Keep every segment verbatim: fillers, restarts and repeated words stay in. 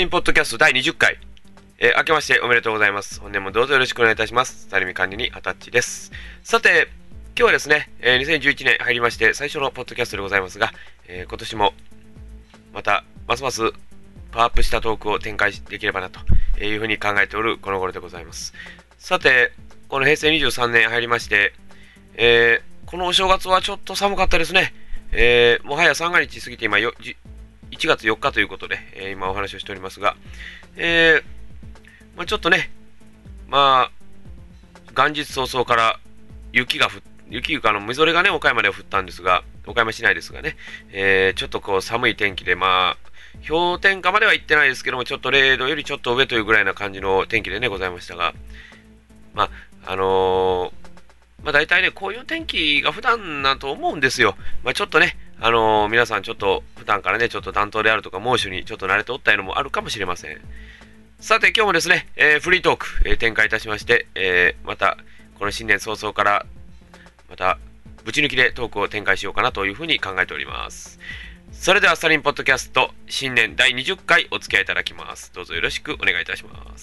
リンポッドキャストだいにじゅっかい、えー、明けましておめでとうございます。本年もどうぞよろしくお願いいたします。スタリミ管理にアタッチです。さて、今日はですね、えー、にせんじゅういちねん入りまして最初のポッドキャストでございますが、えー、今年もまたますますパワーアップしたトークを展開できればなというふうに考えておるこの頃でございます。さて、このへいせいにじゅうさんねん入りまして、えー、このお正月はちょっと寒かったですね。えー、もはや三が日過ぎて今よいちがつよっかということで、えー、今お話をしておりますが、えーまあ、ちょっとね、まあ、元日早々から雪が降っ雪があのみぞれがね、岡山では降ったんですが、岡山市内ですがね、えー、ちょっとこう寒い天気で、まあ、氷点下までは行ってないですけども、ちょっとれいどよりちょっと上というぐらいな感じの天気でね、ございましたが、まあ、あのー、まあ大体ね、こういう天気が普段だと思うんですよ。まあちょっとね、あのー、皆さんちょっと普段からね、ちょっと暖冬であるとか猛暑にちょっと慣れておったのもあるかもしれません。さて今日もですね、えー、フリートーク、えー、展開いたしまして、えー、またこの新年早々からまたぶち抜きでトークを展開しようかなというふうに考えております。それではスタリンポッドキャスト新年だいにじゅっかいお付き合いいただきます。どうぞよろしくお願いいたします。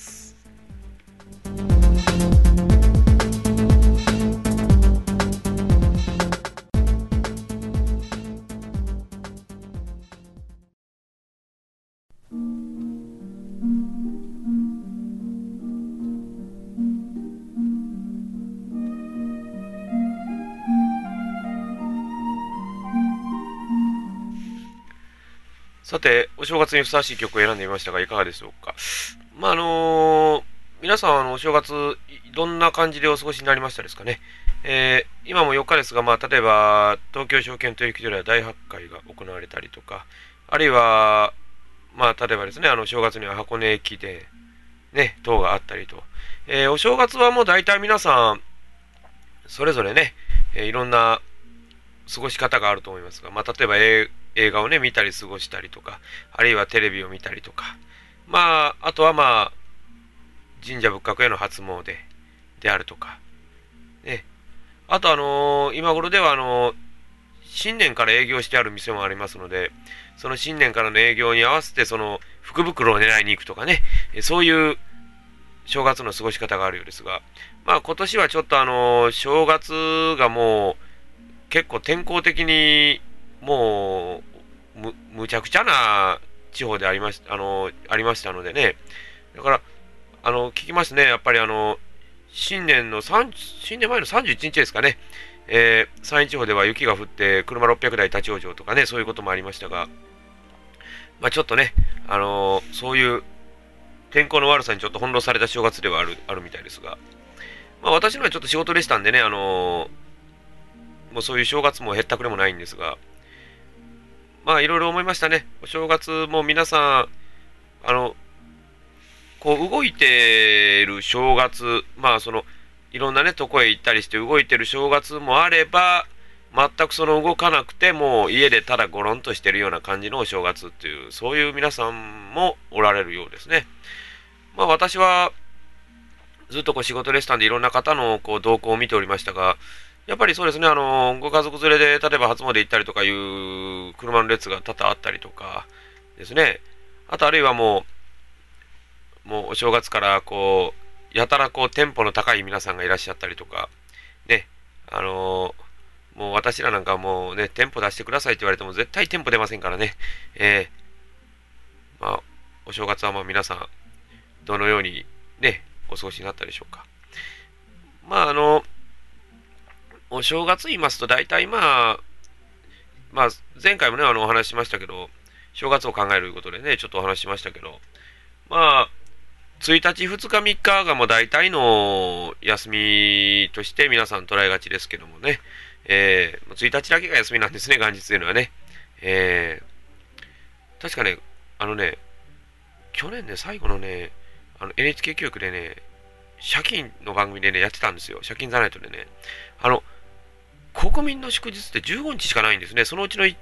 さて、お正月にふさわしい曲を選んでみましたが、いかがでしょうか。まあ、あのー、皆さん、あの、お正月、どんな感じでお過ごしになりましたですかね。えー、今もよっかですが、まあ、例えば、東京証券取引所では大発会が行われたりとか、あるいは、まあ、例えばですね、あの、正月には箱根駅で、ね、等があったりと。えー、お正月はもう大体皆さん、それぞれね、えーいろんな過ごし方があると思いますが、まあ、例えば映映画をね、見たり過ごしたりとか、あるいはテレビを見たりとか、まあ、あとはまあ、神社仏閣への初詣であるとか、ね。あとあのー今頃ではあのー新年から営業してある店もありますので、その新年からの営業に合わせてその福袋を狙いに行くとかね、えそういう正月の過ごし方があるようですが、まあ今年はちょっとあのー正月がもう結構天候的にもうむむちゃくちゃな地方でありましあのありましたのでね。だからあの聞きますね。やっぱりあの新年の3新年前のさんじゅういちにちですかね。えー、山陰地方では雪が降って車ろっぴゃくだい立ち往生とかね、そういうこともありましたが、まあちょっとね、あのーそういう天候の悪さにちょっと翻弄された正月ではあるあるみたいですが、まあ私のはちょっと仕事でしたんでね、あのーもうそういう正月もへったくれもないんですが、まあいろいろ思いましたね。お正月も皆さん、あの、こう動いてる正月、まあその、いろんなね、とこへ行ったりして動いてる正月もあれば、全くその動かなくても家でただゴロンとしてるような感じのお正月っていう、そういう皆さんもおられるようですね。まあ私はずっとこう仕事でしたんでいろんな方のこう動向を見ておりましたが、やっぱりそうですね、あの、ご家族連れで例えば初詣行ったりとかいう車の列が多々あったりとかですね。あとあるいはもう、もうお正月からこう、やたらこうテンポの高い皆さんがいらっしゃったりとか、ね、あのもう私らなんかもうね、テンポ出してくださいって言われても絶対テンポ出ませんからね。えー、まあ、お正月はまあ皆さん、どのようにね、お過ごしになったでしょうか。まああの、お正月言いますと大体まあ、まあ前回もね、あのお話ししましたけど、正月を考えるということでね、ちょっとお話ししましたけど、まあ、ついたち、ふつか、みっかがもう大体の休みとして皆さん捉えがちですけどもね、えー、ついたちだけが休みなんですね、元日というのはね。えー、確かね、あのね、去年ね、最後のね、あの エヌエイチケー 教育でね、借金の番組でね、やってたんですよ。借金ザナイトでね。あの、国民の祝日ってじゅうごにちしかないんですね。そのうちのい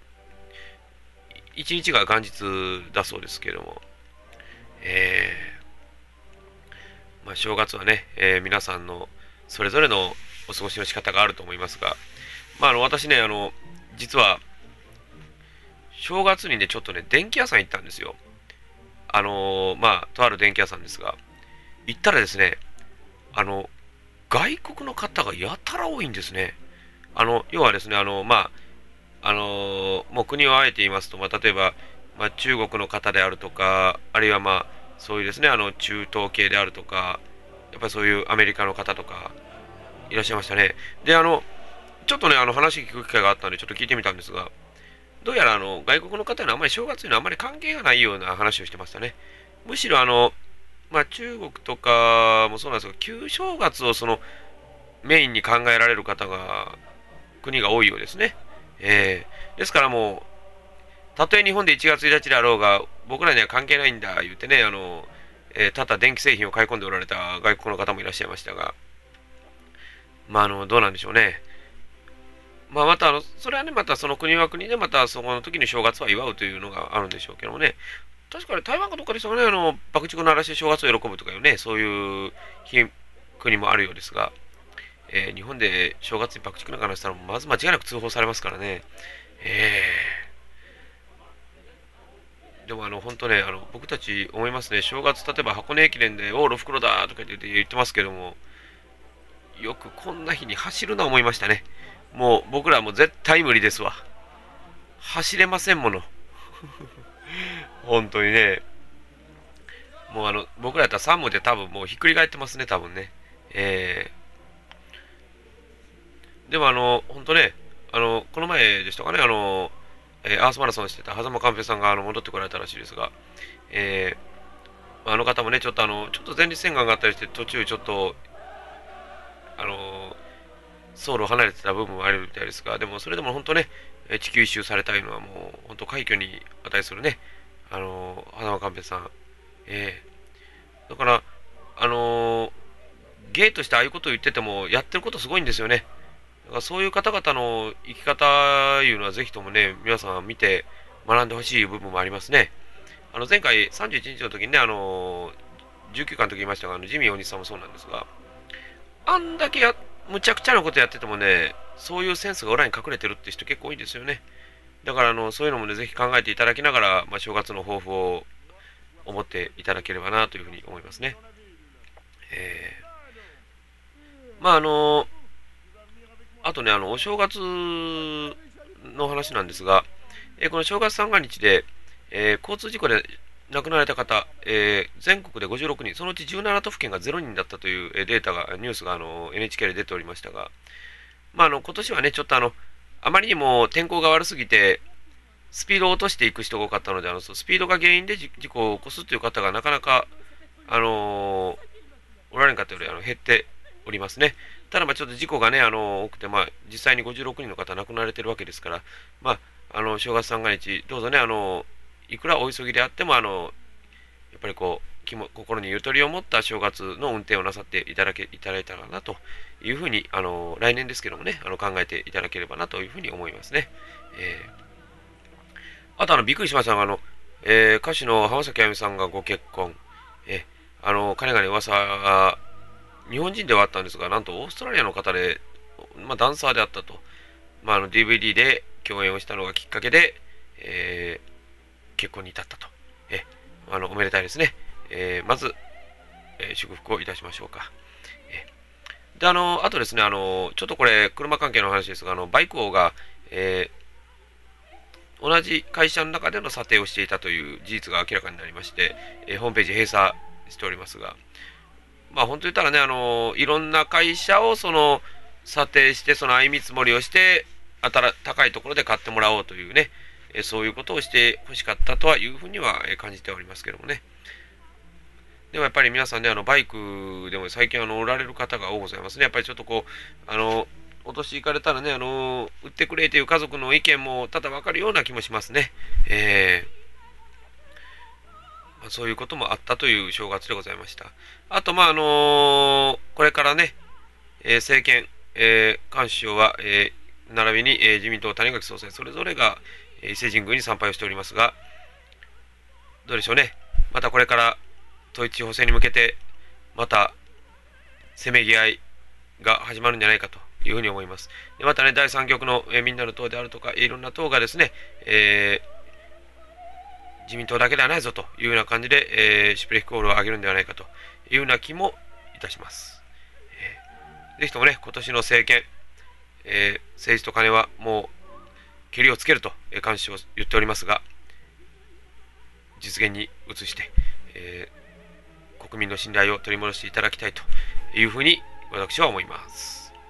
ちにちが元日だそうですけれども。えー、まあ、正月はね、えー皆さんのそれぞれのお過ごしの仕方があると思いますが、まあ、あの、私ね、あの、実は、正月にね、ちょっとね、電気屋さん行ったんですよ。 あのーまあ、とある電気屋さんですが、行ったらですね、あの、外国の方がやたら多いんですね。あの、要はですね、あの、まあ、あのーもう国を挙げて言いますと、まあ、例えば、まあ、中国の方であるとか、あるいはまあ、そういうですね、あの、中東系であるとか、やっぱりそういうアメリカの方とか、いらっしゃいましたね。で、あの、ちょっとね、あの、話聞く機会があったんで、ちょっと聞いてみたんですが、どうやらあの、外国の方にはあんまり正月にはあんまり関係がないような話をしてましたね。むしろあの、まあ、中国とかもそうなんですが、旧正月をそのメインに考えられる方が、国が多いようですね。えー、ですからもう、たとえ日本でいちがつついたちであろうが、僕らには関係ないんだ、言ってね、あの、えー、ただ電気製品を買い込んでおられた外国の方もいらっしゃいましたが、まあ、あの、どうなんでしょうね。まあ、またあの、それはね、またその国は国で、またそこの時に正月は祝うというのがあるんでしょうけどもね。確かに台湾かどっかでしたかね、あの、爆竹鳴らして正月を喜ぶとかいうね、そういう日国もあるようですが、えー日本で正月に爆竹なんか鳴らしたら、まず間違いなく通報されますからね。えー、でもあの、本当ね、あの、僕たち思いますね、正月、例えば箱根駅伝で、おう、ろくろだとか言って言ってますけども、よくこんな日に走るな思いましたね。もう僕らはもう絶対無理ですわ。走れませんもの。本当にね。もうあの、僕らやったらさんもで多分もうひっくり返ってますね、多分ね。えー、でもあの、本当ね、あの、この前でしたかね、あの、えーアースマラソンしてた狭間寛平さんがあの戻ってこられたらしいですが、えー、あの方もね、ちょっとあの、ちょっと前立腺がんがあったりして、途中ちょっと、あの、ソウルを離れてた部分もあるみたいですが、でもそれでも本当ね、え地球一周されたいのはもう、本当快挙に値するね、あの、花輪寛平さん。えー、だから、あのーゲイとしてああいうことを言ってても、やってることすごいんですよね。だからそういう方々の生き方いうのはぜひともね、皆さん見て学んでほしい部分もありますね。あの前回さんじゅういちにちの時にね、あのーじゅうきゅうかの時言いましたが、あのジミー大西さんもそうなんですが、あんだけや、むちゃくちゃなことやっててもね、そういうセンスが裏に隠れてるって人結構多いんですよね。だからあの、そういうのもね、ぜひ考えていただきながら、まあ、正月の抱負を思っていただければなというふうに思いますね。えー、まああの、あとね、あの、お正月の話なんですが、えーこの正月三が日で、えー交通事故で亡くなられた方、えー全国でごじゅうろくにん、そのうちじゅうなな都府県がゼロにんだったという、えーデータが、ニュースがあの エヌエイチケー で出ておりましたが、まあ、あの今年はね、ちょっとあの、あまりにも天候が悪すぎて、スピードを落としていく人が多かったので、あのスピードが原因で事故を起こすという方がなかなか、あのーおられんかったよりあの減っておりますね。ただ、まあちょっと事故がね、あの多くて、まあ、実際にごじゅうろくにんの方亡くなられているわけですから、まあ、あの正月三が日、どうぞね、あのいくらお急ぎであっても、あのやっぱりこう気も心にゆとりを持った正月の運転をなさっていただけいただいたらなというふうに、あの来年ですけどもね、あの考えていただければなというふうに思いますね。えーあとあのびっくりしましたが、あの、えー歌手の浜崎あゆみさんがご結婚、えーあの、かねがね噂が、日本人ではあったんですが、なんとオーストラリアの方で、まあ、ダンサーであったと、まあ、あの ディーブイディー で共演をしたのがきっかけで、えー結婚に至ったと。えあのおめでたいですね。えーまず、えー祝福をいたしましょうか。えで、あの、あとですね、あの、ちょっとこれ、車関係の話ですが、あの、バイク王が、えー同じ会社の中での査定をしていたという事実が明らかになりまして、えーホームページ閉鎖しておりますが、まあ本当言ったらね、あのいろんな会社をその査定して、その相見積もりをして、あたら高いところで買ってもらおうというね、えーそういうことをしてほしかったとはいうふうにはえー感じておりますけどもね。でもやっぱり皆さんね、あのバイクでも最近あの売られる方が多ございますね。やっぱりちょっとこう、あの、お年行かれたらね、あの、売ってくれという家族の意見もただ分かるような気もしますね。えーまあ、そういうこともあったという正月でございました。あと、まあ、あのこれからね、えー政権、えー、菅首相は、えー並びに、えー自民党谷垣総裁、それぞれが、えー伊勢神宮に参拝をしておりますが、どうでしょうね。またこれから統一地方選に向けて、またせめぎ合いが始まるんじゃないかというふうに思います。でまたね、だいさん局の、えーみんなの党であるとか、いろんな党がですね、えー自民党だけではないぞというような感じで、えー、シュプレヒコールを上げるんではないかというような気もいたします。えー、ぜひともね、今年の政権、えー、政治と金はもうけりをつけると監視を言っておりますが、実現に移して、えー、国民の信頼を取り戻していただきたいというふうに私は思います。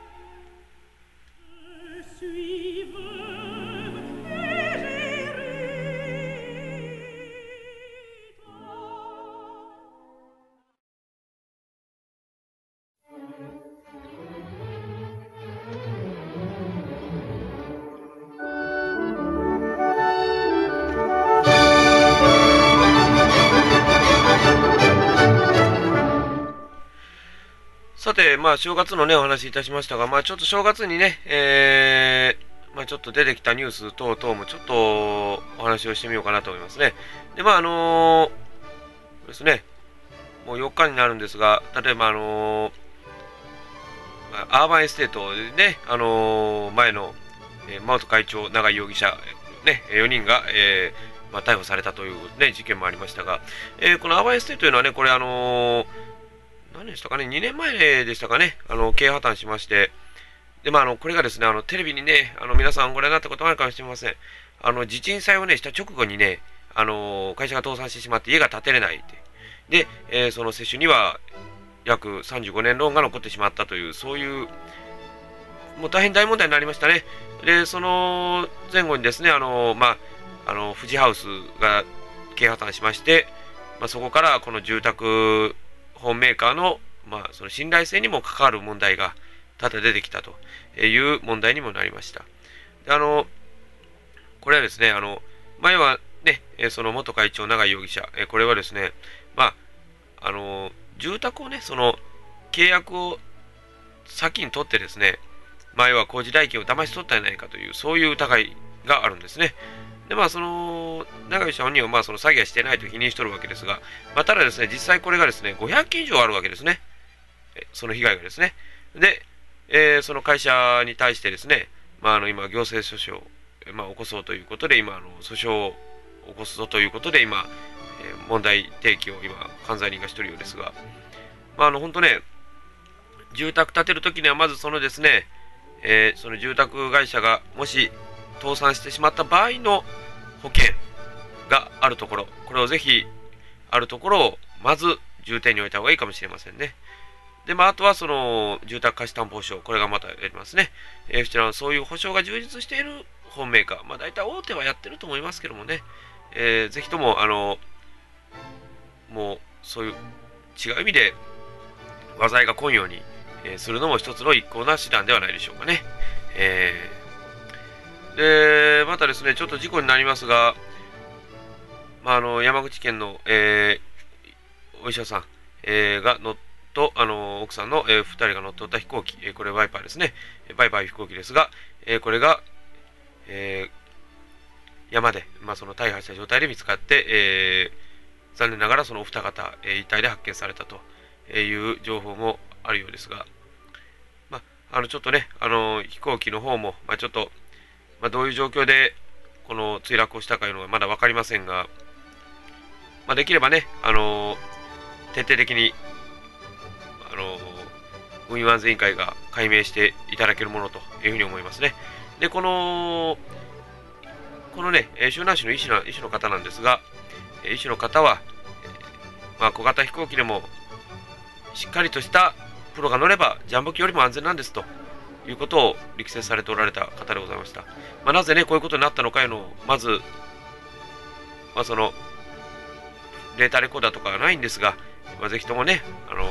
さて、まあ、正月のね、お話しいたしましたが、まあ、ちょっと正月にね、えー、まあ、ちょっと出てきたニュース等々もちょっとお話をしてみようかなと思いますね。で、まあ、あのー、ですね、もうよっかになるんですが、例えば、あのー、アーバンエステートでね、あのー、前の、えー、元会長、永井容疑者、ね、よにんが、えーまあ、逮捕されたという、ね、事件もありましたが、えー、このアーバンエステートというのはね、これ、あのー何でしたかね、にねんまえでしたかね、あの経営破綻しまして、でまあ、あのこれがですね、あのテレビにね、あの皆さんご覧になったことあるかもしれません。あの地震災をね、した直後にね、あの会社が倒産してしまって家が建てれないって。で、えー、その接種には約さんじゅうごねんローンが残ってしまったという、そういう、もう大変大問題になりましたね。で、その前後にですね、あのまあ、あの富士ハウスが経営破綻しまして、まあ、そこからこの住宅本メーカーの、まあ、その信頼性にも関わる問題が多々出てきたという問題にもなりました。であのこれはですね、あの前はね、その元会長、永井容疑者、これはですね、まあ、あの住宅をね、その契約を先に取ってですね、前は工事代金を騙し取ったんじゃないかという、そういう疑いがあるんですね。で、まあ、その、永井容疑者本人は、まあ、その詐欺はしてないと否認しておるわけですが、まあ、ただですね、実際これがですね、ごひゃっけん以上あるわけですね。その被害がですね。で、えー、その会社に対してですね、まあ、あの、今、行政訴訟を、まあ、起こそうということで、今、あの、訴訟を起こすぞということで、今、えー、問題提起を今、犯罪人がしているようですが、まあ、あの、本当ね、住宅建てるときには、まずそのですね、えー、その住宅会社が、もし、倒産してしまった場合の保険があるところ、これをぜひあるところをまず重点に置いた方がいいかもしれませんね。で、まあ、あとはその住宅貸し担保証、これがまたやりますね。えー、こちらはそういう保証が充実している本メーカー、まあ、大体大手はやってると思いますけどもね、えー、ぜひともあのもうそういう違う意味で話題が来んように、えー、するのも一つの一向な手段ではないでしょうかね。えーで、またですね、ちょっと事故になりますが、まあ、あの山口県の、えー、お医者さん、えー、が乗っとあの奥さんの、えー、ふたりが乗っ取った飛行機、えー、これバイパーですね、バイパー飛行機ですが、えー、これが、えー、山で、まあ、その大破した状態で見つかって、えー、残念ながらそのお二方、えー、遺体で発見されたという情報もあるようですが、まあ、あのちょっとね、あの飛行機の方も、まあ、ちょっとまあ、どういう状況でこの墜落をしたかいうのはまだ分かりませんが、まあ、できればね、あのー、徹底的に、あのー、運輸安全委員会が解明していただけるものというふうに思いますね。で、この、このね、周南市の医師の医師の方なんですが、医師の方は、まあ、小型飛行機でもしっかりとしたプロが乗ればジャンボ機よりも安全なんですということを力説されておられた方でございました。まあ、なぜね、こういうことになったのかいうのを、まず、まあ、その、データレコーダーとかはないんですが、まあ、ぜひともね、あのー、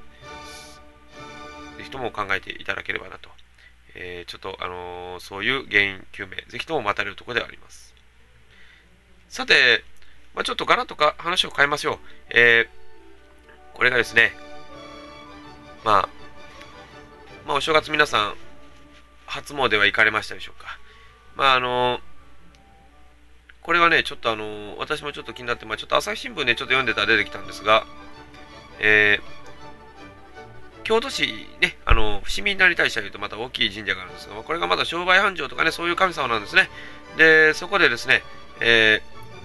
ぜひとも考えていただければなと。えー、ちょっと、あのー、そういう原因究明、ぜひとも待たれるところではあります。さて、まあ、ちょっとガラッとか話を変えましょう。えー、これがですね、まあ、まあ、お正月皆さん、初詣は行かれましたでしょうか。まあ、あの、これはね、ちょっとあの、私もちょっと気になって、まあ、ちょっと朝日新聞でちょっと読んでたら出てきたんですが、えー、京都市ね、あの、伏見稲荷大社というとまた大きい神社があるんですが、これがまだ商売繁盛とかね、そういう神様なんですね。で、そこでですね、えー、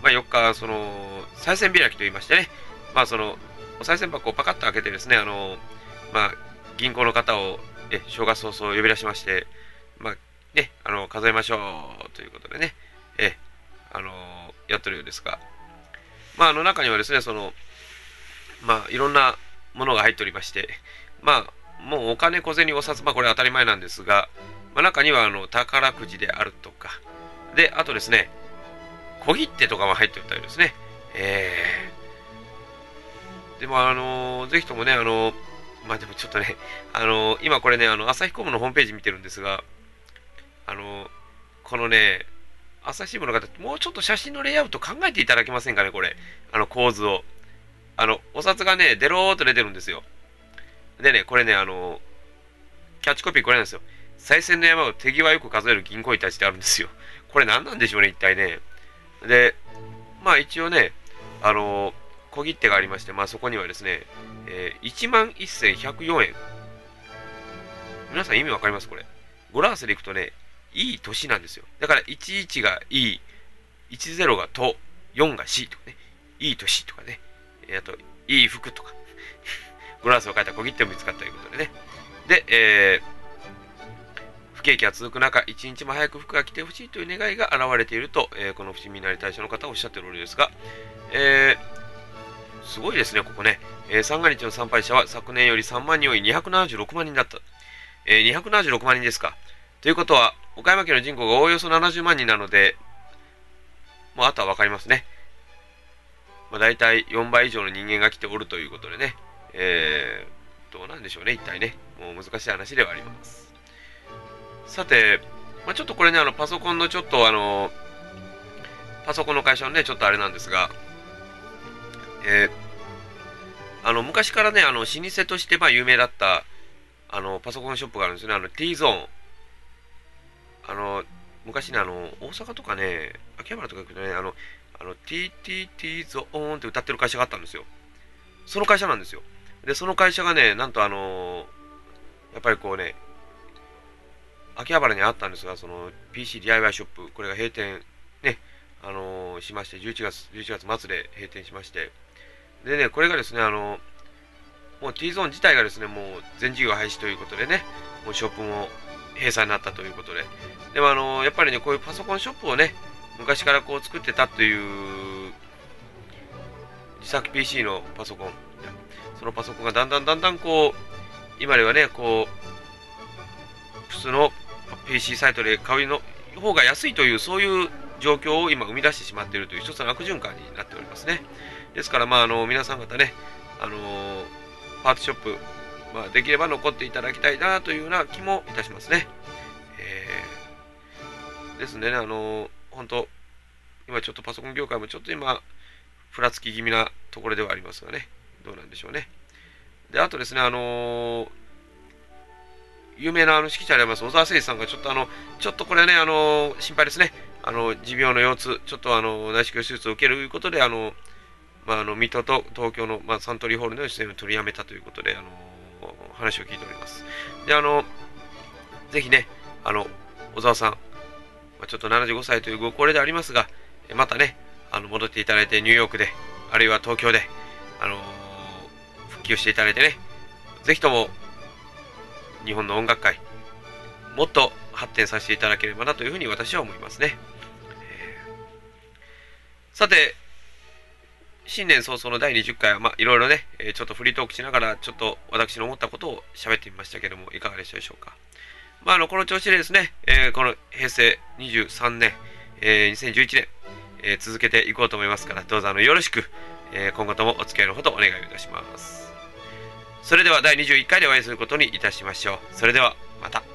まあ、よっか、その、賽銭開きと言いましてね、まあ、その、お賽銭箱をパカッと開けてですね、あの、まあ、銀行の方を、え、正月早々呼び出しまして、まあ、ね、あの、数えましょう、ということでね、え、あの、やってるようですが、まあ、あの中にはですね、その、まあ、いろんなものが入っておりまして、まあ、もうお金、小銭、お札、まあ、これ当たり前なんですが、まあ、中には、あの、宝くじであるとか、で、あとですね、小切手とかも入っておったようですね。えー、でも、あのーぜひともね、あのーまあ、でもちょっとね、あのー今これね、あの、朝日コムのホームページ見てるんですが、あのーこのね、朝日新聞の方、もうちょっと写真のレイアウト考えていただけませんかね、これ。あの構図を。あの、お札がね、デローっと出てるんですよ。でね、これね、あの、キャッチコピーこれなんですよ。再銭の山を手際よく数える銀行員たちってあるんですよ。これ何なんでしょうね、一体ね。で、まあ一応ね、あの、小切手がありまして、まあそこにはですね、えー、いちまんせんひゃくよんえん。皆さん意味わかりますこれ。語呂合わせでいくとね、いい年なんですよ。だからいちいちがいい、いちゼロがと、よんがしとかね、いい年とかね、えーあと、いい服とか、語呂合わせを書いた小切手も見つかったということでね。で、えー、不景気が続く中、一日も早く服が来てほしいという願いが現れていると、えーこの伏見稲荷大社の方はおっしゃっておるようですが、えー、すごいですね、ここね。えー、三が日の参拝者は昨年よりさんまんにん多いにひゃくななじゅうろくまんにんだった。えー、にひゃくななじゅうろくまん人ですか。ということは、岡山県の人口がおおよそななじゅうまん人なので、もうあとはわかりますね。まあ、大体よんばい以上の人間が来ておるということでね。えー、どうなんでしょうね、一体ね。もう難しい話ではあります。さて、まあ、ちょっとこれね、あの、パソコンのちょっとあの、パソコンの会社のね、ちょっとあれなんですが、えー、あの、昔からね、あの、老舗としてまあ有名だった、あの、パソコンショップがあるんですよね。あの、T ゾーン。あの、昔ね、あの、大阪とかね、秋葉原とか行くとね、あの、あの、ティーティーティー ゾーンって歌ってる会社があったんですよ。その会社なんですよ。で、その会社がね、なんとあのやっぱりこうね、秋葉原にあったんですが、その ピーシーディーアイワイ ショップ、これが閉店、ね、あのーしまして、じゅういちがつ、じゅういちがつ末で閉店しまして、でね、これがですね、あのもう T ゾーン自体がですね、もう全事業廃止ということでね、もうショップも閉鎖になったということで、でもあのーやっぱりね、こういうパソコンショップをね、昔からこう作ってたという自作 ピーシー のパソコン、そのパソコンがだんだんだんだんこう、今ではね、こう、普通の ピーシー サイトで買うの方が安いという、そういう状況を今生み出してしまっているという一つの悪循環になっておりますね。ですから、まあ、あの皆さん方ね、あのーパーツショップ、まあ、できれば残っていただきたいなというような気もいたしますね。えー、ですね、あのー本当、今ちょっとパソコン業界もちょっと今、ふらつき気味なところではありますがね、どうなんでしょうね。で、あとですね、あのー有名なあの指揮者であります小沢誠二さんがちょっとあの、ちょっとこれね、あの心配ですね。あの、持病の腰痛、ちょっとあの、内視鏡手術を受けるということで、あの、まあ、あの、水戸と東京の、まあ、サントリーホールの出演を取りやめたということで、あの、話を聞いております。で、あの、ぜひね、あの、小沢さん、まあ、ちょっとななじゅうごさいというご高齢でありますが、またね、あの、戻っていただいてニューヨークで、あるいは東京で、あの復帰をしていただいてね、ぜひとも、日本の音楽界、もっと発展させていただければなというふうに私は思いますね。えーさて、新年早々のだいにじゅっかいは、まあ、いろいろね、えーちょっとフリートークしながら、ちょっと私の思ったことを喋ってみましたけども、いかがでしたでしょうか。まあ、あの、この調子でですね、えーこの平成にじゅうさんねん、えーにせんじゅういちねん、えー続けていこうと思いますから、どうぞあのよろしく、えー今後ともお付き合いのほどお願いいたします。それではだいにじゅういっかいでお会いすることにいたしましょう。それではまた。